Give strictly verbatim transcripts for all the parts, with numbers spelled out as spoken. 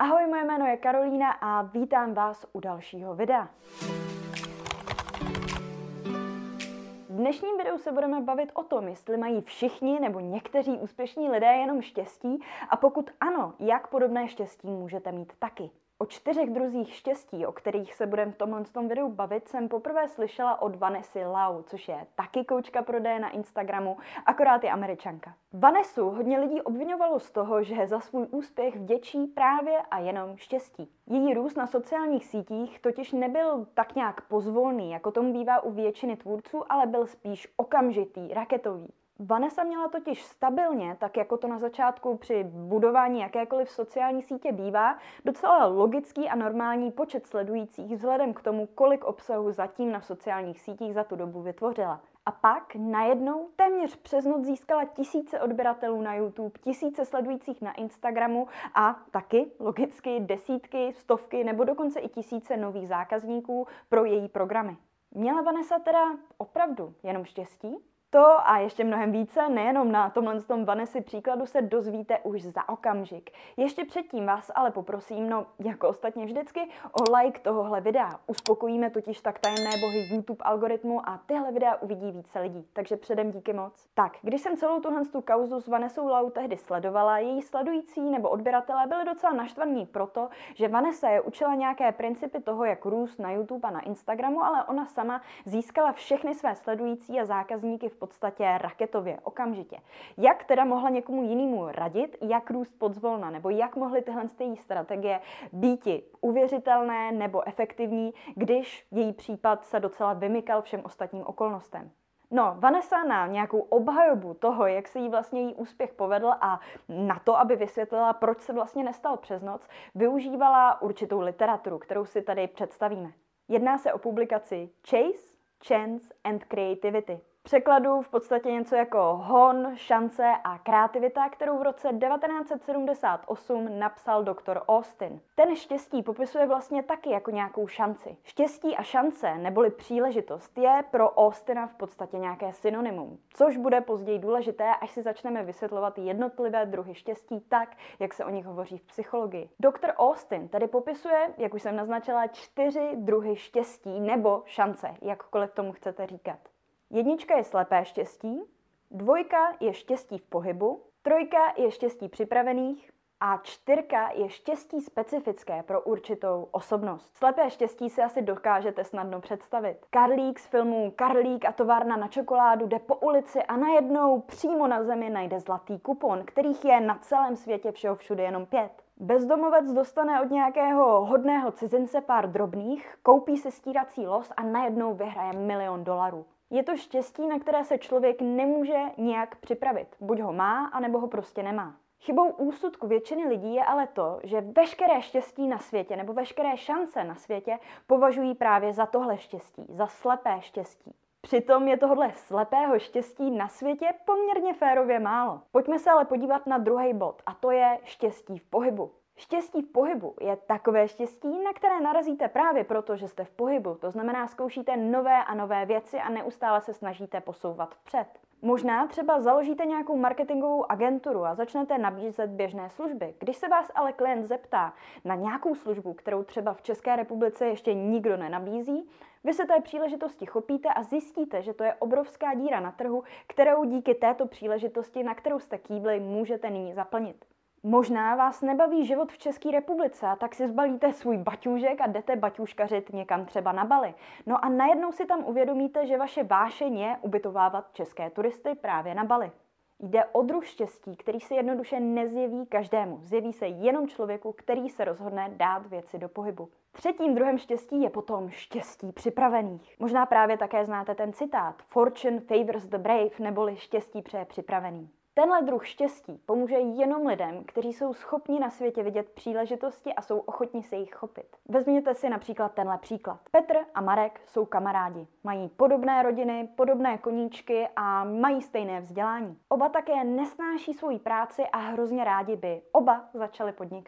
Ahoj, moje jméno je Karolína a vítám vás u dalšího videa. V dnešním videu se budeme bavit o tom, jestli mají všichni nebo někteří úspěšní lidé jenom štěstí a pokud ano, jak podobné štěstí můžete mít taky. O čtyřech druzích štěstí, o kterých se budeme v tomhle tom videu bavit, jsem poprvé slyšela od Vanessy Lau, což je taky koučka prodeje na Instagramu, akorát je Američanka. Vanessu hodně lidí obviňovalo z toho, že za svůj úspěch vděčí právě a jenom štěstí. Její růst na sociálních sítích totiž nebyl tak nějak pozvolný, jako tomu bývá u většiny tvůrců, ale byl spíš okamžitý, raketový. Vanessa měla totiž stabilně, tak jako to na začátku při budování jakékoliv sociální sítě bývá, docela logický a normální počet sledujících vzhledem k tomu, kolik obsahu zatím na sociálních sítích za tu dobu vytvořila. A pak najednou téměř přes noc získala tisíce odběratelů na YouTube, tisíce sledujících na Instagramu a taky logicky desítky, stovky nebo dokonce i tisíce nových zákazníků pro její programy. Měla Vanessa teda opravdu jenom štěstí? To a ještě mnohem více, nejenom na tomhle tom Vanessy příkladu, se dozvíte už za okamžik. Ještě předtím vás ale poprosím, no jako ostatně vždycky, o like tohohle videa. Uspokojíme totiž tak tajemné bohy YouTube algoritmu a tyhle videa uvidí více lidí, takže předem díky moc. Tak, když jsem celou tuhle tu kauzu s Vanessou Lau tehdy sledovala, její sledující nebo odběratelé byli docela naštvaní proto, že Vanessa je učila nějaké principy toho, jak růst na YouTube a na Instagramu, ale ona sama získala všechny své sledující a zákazníky v podstatě raketově, okamžitě. Jak teda mohla někomu jinému radit, jak růst podzvolna, nebo jak mohly tyhle její strategie býti uvěřitelné nebo efektivní, když její případ se docela vymykal všem ostatním okolnostem. No, Vanessa na nějakou obhajobu toho, jak se jí vlastně její úspěch povedl a na to, aby vysvětlila, proč se vlastně nestal přes noc, využívala určitou literaturu, kterou si tady představíme. Jedná se o publikaci Chase, Chance and Creativity. V překladu v podstatě něco jako hon, šance a kreativita, kterou v roce devatenáct set sedmdesát osm napsal doktor Austin. Ten štěstí popisuje vlastně taky jako nějakou šanci. Štěstí a šance, neboli příležitost, je pro Austina v podstatě nějaké synonymum, což bude později důležité, až si začneme vysvětlovat jednotlivé druhy štěstí tak, jak se o nich hovoří v psychologii. doktor Austin tedy popisuje, jak už jsem naznačila, čtyři druhy štěstí nebo šance, jakkoliv tomu chcete říkat. Jednička je slepé štěstí, dvojka je štěstí v pohybu, trojka je štěstí připravených a čtyřka je štěstí specifické pro určitou osobnost. Slepé štěstí si asi dokážete snadno představit. Karlík z filmu Karlík a továrna na čokoládu jde po ulici a najednou přímo na zemi najde zlatý kupon, kterých je na celém světě všeho všude jenom pět. Bezdomovec dostane od nějakého hodného cizince pár drobných, koupí si stírací los a najednou vyhraje milion dolarů. Je to štěstí, na které se člověk nemůže nijak připravit. Buď ho má, anebo ho prostě nemá. Chybou úsudku většiny lidí je ale to, že veškeré štěstí na světě nebo veškeré šance na světě považují právě za tohle štěstí, za slepé štěstí. Přitom je tohle slepého štěstí na světě poměrně férově málo. Pojďme se ale podívat na druhý bod, a to je štěstí v pohybu. Štěstí v pohybu je takové štěstí, na které narazíte právě proto, že jste v pohybu. To znamená, zkoušíte nové a nové věci a neustále se snažíte posouvat vpřed. Možná třeba založíte nějakou marketingovou agenturu a začnete nabízet běžné služby. Když se vás ale klient zeptá na nějakou službu, kterou třeba v České republice ještě nikdo nenabízí, vy se té příležitosti chopíte a zjistíte, že to je obrovská díra na trhu, kterou díky této příležitosti, na kterou jste kývli, můžete nyní zaplnit. Možná vás nebaví život v České republice a tak si zbalíte svůj baťůžek a jdete baťůžkařit někam třeba na Bali. No a najednou si tam uvědomíte, že vaše vášeň je ubytovávat české turisty právě na Bali. Jde o druh štěstí, který se jednoduše nezjeví každému. Zjeví se jenom člověku, který se rozhodne dát věci do pohybu. Třetím druhem štěstí je potom štěstí připravených. Možná právě také znáte ten citát Fortune favors the brave, neboli štěstí přeje připravený. Tenhle druh štěstí pomůže jenom lidem, kteří jsou schopni na světě vidět příležitosti a jsou ochotni se jich chopit. Vezměte si například tenhle příklad. Petr a Marek jsou kamarádi. Mají podobné rodiny, podobné koníčky a mají stejné vzdělání. Oba také nesnáší svoji práci a hrozně rádi by oba začali podnikat.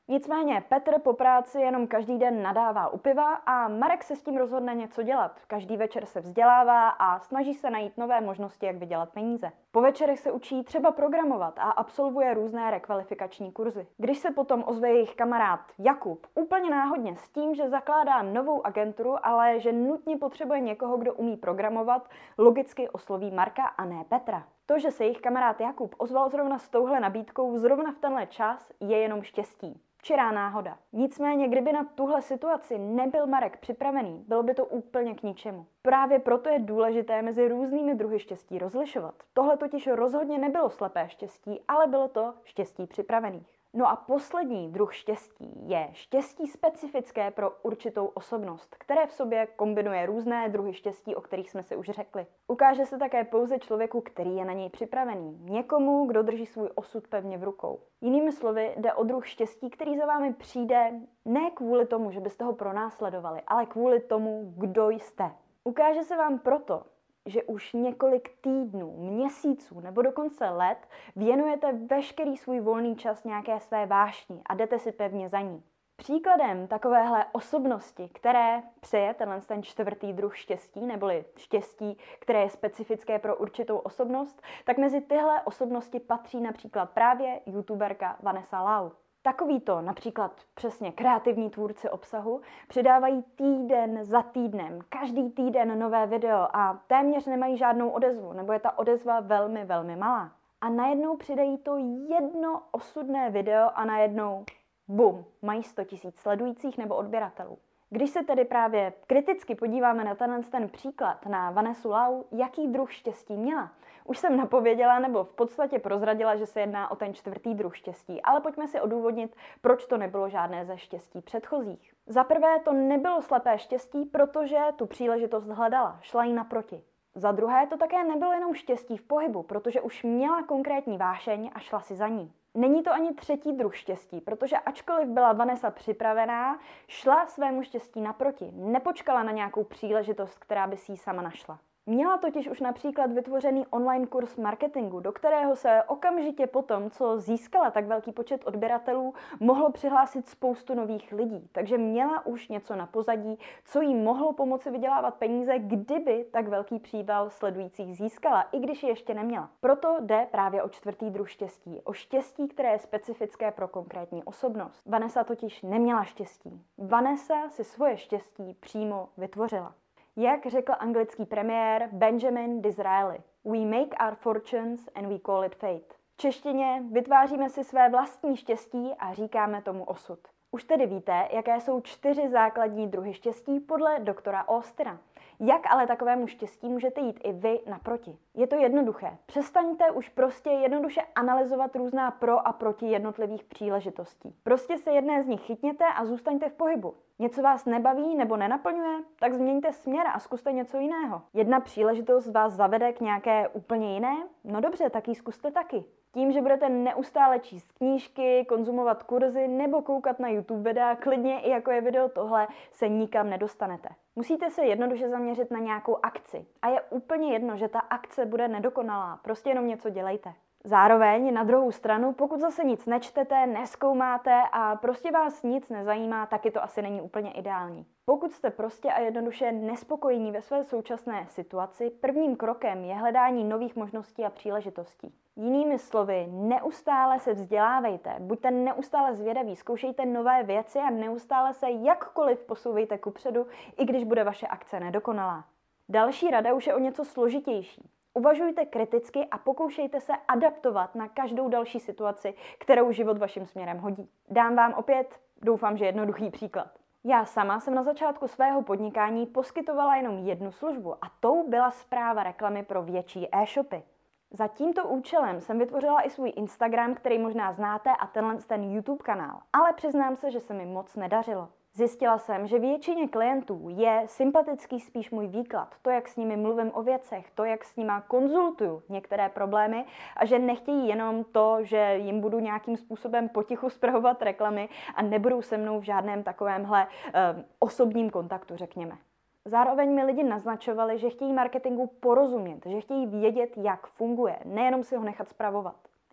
Nicméně Petr po práci jenom každý den nadává u piva a Marek se s tím rozhodne něco dělat. Každý večer se vzdělává a snaží se najít nové možnosti, jak vydělat peníze. Po večerech se učí třeba programovat a absolvuje různé rekvalifikační kurzy. Když se potom ozve jejich kamarád Jakub úplně náhodně s tím, že zakládá novou agenturu, ale že nutně potřebuje někoho, kdo umí programovat, logicky osloví Marka a ne Petra. To, že se jejich kamarád Jakub ozval zrovna s touhle nabídkou zrovna v tenhle čas, je jenom štěstí. Čirá náhoda. Nicméně, kdyby na tuhle situaci nebyl Marek připravený, bylo by to úplně k ničemu. Právě proto je důležité mezi různými druhy štěstí rozlišovat. Tohle totiž rozhodně nebylo slepé štěstí, ale bylo to štěstí připravených. No a poslední druh štěstí je štěstí specifické pro určitou osobnost, které v sobě kombinuje různé druhy štěstí, o kterých jsme si už řekli. Ukáže se také pouze člověku, který je na něj připravený. Někomu, kdo drží svůj osud pevně v rukou. Jinými slovy, jde o druh štěstí, který za vámi přijde ne kvůli tomu, že byste ho pronásledovali, ale kvůli tomu, kdo jste. Ukáže se vám proto, že už několik týdnů, měsíců nebo dokonce let věnujete veškerý svůj volný čas nějaké své vášni a jdete si pevně za ní. Příkladem takovéhle osobnosti, které přeje tenhle ten čtvrtý druh štěstí, neboli štěstí, které je specifické pro určitou osobnost, tak mezi tyhle osobnosti patří například právě youtuberka Vanessa Lau. Takovýto například přesně kreativní tvůrci obsahu přidávají týden za týdnem, každý týden nové video a téměř nemají žádnou odezvu, nebo je ta odezva velmi, velmi malá. A najednou přidají to jedno osudné video a najednou bum, mají sto tisíc sledujících nebo odběratelů. Když se tedy právě kriticky podíváme na tenhle ten příklad, na Vanessu Lau, jaký druh štěstí měla, už jsem napověděla nebo v podstatě prozradila, že se jedná o ten čtvrtý druh štěstí, ale pojďme si odůvodnit, proč to nebylo žádné ze štěstí předchozích. Za prvé to nebylo slepé štěstí, protože tu příležitost hledala, šla jí naproti. Za druhé to také nebylo jenom štěstí v pohybu, protože už měla konkrétní vášeň a šla si za ní. Není to ani třetí druh štěstí, protože ačkoliv byla Vanessa připravená, šla svému štěstí naproti, nepočkala na nějakou příležitost, která by si ji sama našla. Měla totiž už například vytvořený online kurz marketingu, do kterého se okamžitě potom, co získala tak velký počet odběratelů, mohlo přihlásit spoustu nových lidí. Takže měla už něco na pozadí, co jí mohlo pomoci vydělávat peníze, kdyby tak velký příval sledujících získala, i když ji ještě neměla. Proto jde právě o čtvrtý druh štěstí. O štěstí, které je specifické pro konkrétní osobnost. Vanessa totiž neměla štěstí. Vanessa si svoje štěstí přímo vytvořila. Jak řekl anglický premiér Benjamin Disraeli, we make our fortunes and we call it fate. V češtině vytváříme si své vlastní štěstí a říkáme tomu osud. Už tedy víte, jaké jsou čtyři základní druhy štěstí podle doktora Austina. Jak ale takovému štěstí můžete jít i vy naproti? Je to jednoduché. Přestaňte už prostě jednoduše analyzovat různá pro a proti jednotlivých příležitostí. Prostě se jedné z nich chytněte a zůstaňte v pohybu. Něco vás nebaví nebo nenaplňuje? Tak změňte směr a zkuste něco jiného. Jedna příležitost vás zavede k nějaké úplně jiné? No dobře, tak ji zkuste taky. Tím, že budete neustále číst knížky, konzumovat kurzy nebo koukat na YouTube videa, klidně i jako je video tohle, se nikam nedostanete. Musíte se jednoduše zaměřit na nějakou akci. A je úplně jedno, že ta akce bude nedokonalá, prostě jenom něco dělejte. Zároveň na druhou stranu, pokud zase nic nečtete, nezkoumáte a prostě vás nic nezajímá, taky to asi není úplně ideální. Pokud jste prostě a jednoduše nespokojení ve své současné situaci, prvním krokem je hledání nových možností a příležitostí. Jinými slovy, neustále se vzdělávejte, buďte neustále zvědaví, zkoušejte nové věci a neustále se jakkoliv posouvejte kupředu, i když bude vaše akce nedokonalá. Další rada už je o něco složitější. Uvažujte kriticky a pokoušejte se adaptovat na každou další situaci, kterou život vaším směrem hodí. Dám vám opět, doufám, že jednoduchý příklad. Já sama jsem na začátku svého podnikání poskytovala jenom jednu službu a tou byla správa reklamy pro větší e-shopy. Za tímto účelem jsem vytvořila i svůj Instagram, který možná znáte, a tenhle ten YouTube kanál, ale přiznám se, že se mi moc nedařilo. Zjistila jsem, že většině klientů je sympatický spíš můj výklad, to, jak s nimi mluvím o věcech, to, jak s nima konzultuju některé problémy a že nechtějí jenom to, že jim budu nějakým způsobem potichu spravovat reklamy a nebudou se mnou v žádném takovémhle uh, osobním kontaktu, řekněme. Zároveň mi lidi naznačovali, že chtějí marketingu porozumět, že chtějí vědět, jak funguje, nejenom si ho nechat spravovat.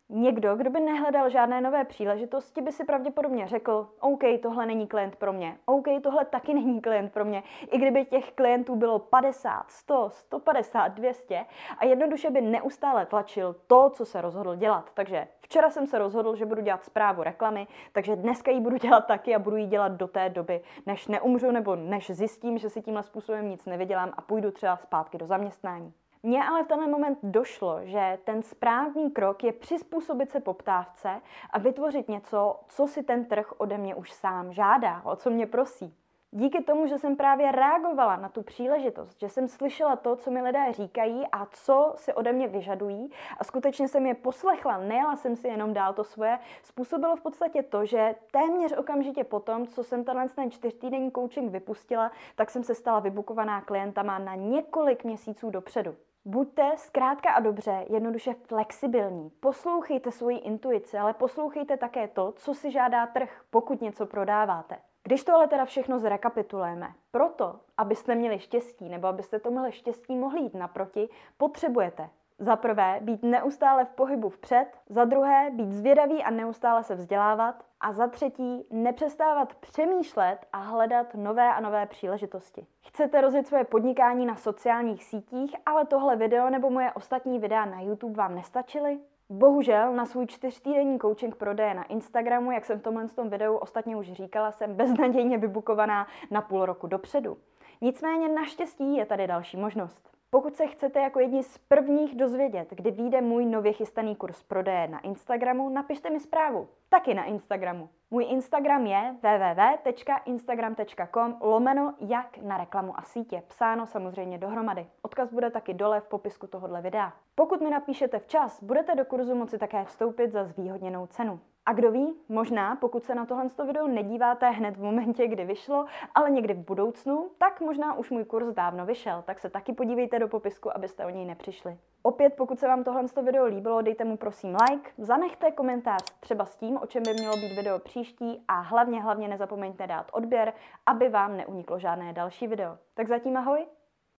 Někdo, kdo by nehledal žádné nové příležitosti, by si pravděpodobně řekl, OK, tohle není klient pro mě, OK, tohle taky není klient pro mě, i kdyby těch klientů bylo padesát, sto, sto padesát, dvě stě a jednoduše by neustále tlačil to, co se rozhodl dělat. Takže včera jsem se rozhodl, že budu dělat správu reklamy, takže dneska ji budu dělat taky a budu ji dělat do té doby, než neumřu nebo než zjistím, že si tímhle způsobem nic nevydělám a půjdu třeba zpátky do zaměstnání. Mně ale v tenhle moment došlo, že ten správný krok je přizpůsobit se poptávce a vytvořit něco, co si ten trh ode mě už sám žádá, o co mě prosí. Díky tomu, že jsem právě reagovala na tu příležitost, že jsem slyšela to, co mi lidé říkají a co si ode mě vyžadují a skutečně jsem je poslechla, nejela jsem si jenom dál to svoje, způsobilo v podstatě to, že téměř okamžitě potom, co jsem tenhle ten čtyřtýdenní coaching vypustila, tak jsem se stala vybukovaná klientama na několik měsíců dopředu. Buďte zkrátka a dobře jednoduše flexibilní. Poslouchejte svoji intuici, ale poslouchejte také to, co si žádá trh, pokud něco prodáváte. Když to ale teda všechno zrekapitulujeme, proto, abyste měli štěstí nebo abyste tomuhle štěstí mohli jít naproti, potřebujete za prvé být neustále v pohybu vpřed, za druhé být zvědavý a neustále se vzdělávat a za třetí nepřestávat přemýšlet a hledat nové a nové příležitosti. Chcete rozjet svoje podnikání na sociálních sítích, ale tohle video nebo moje ostatní videa na YouTube vám nestačily? Bohužel na svůj čtyřtýdenní coaching prodeje na Instagramu, jak jsem v tomhle tom videu ostatně už říkala, jsem beznadějně vybukovaná na půl roku dopředu. Nicméně naštěstí je tady další možnost. Pokud se chcete jako jedni z prvních dozvědět, kdy vyjde můj nově chystaný kurz prodeje na Instagramu, napište mi zprávu. Taky na Instagramu. Můj Instagram je w w w tečka instagram tečka com lomeno jak na reklamu a sítě. Psáno samozřejmě dohromady. Odkaz bude taky dole v popisku tohohle videa. Pokud mi napíšete včas, budete do kurzu moci také vstoupit za zvýhodněnou cenu. A kdo ví, možná pokud se na tohle video nedíváte hned v momentě, kdy vyšlo, ale někdy v budoucnu, tak možná už můj kurz dávno vyšel, tak se taky podívejte do popisku, abyste o něj nepřišli. Opět, pokud se vám tohle video líbilo, dejte mu prosím like, zanechte komentář třeba s tím, o čem by mělo být video příští a hlavně, hlavně nezapomeňte dát odběr, aby vám neuniklo žádné další video. Tak zatím ahoj!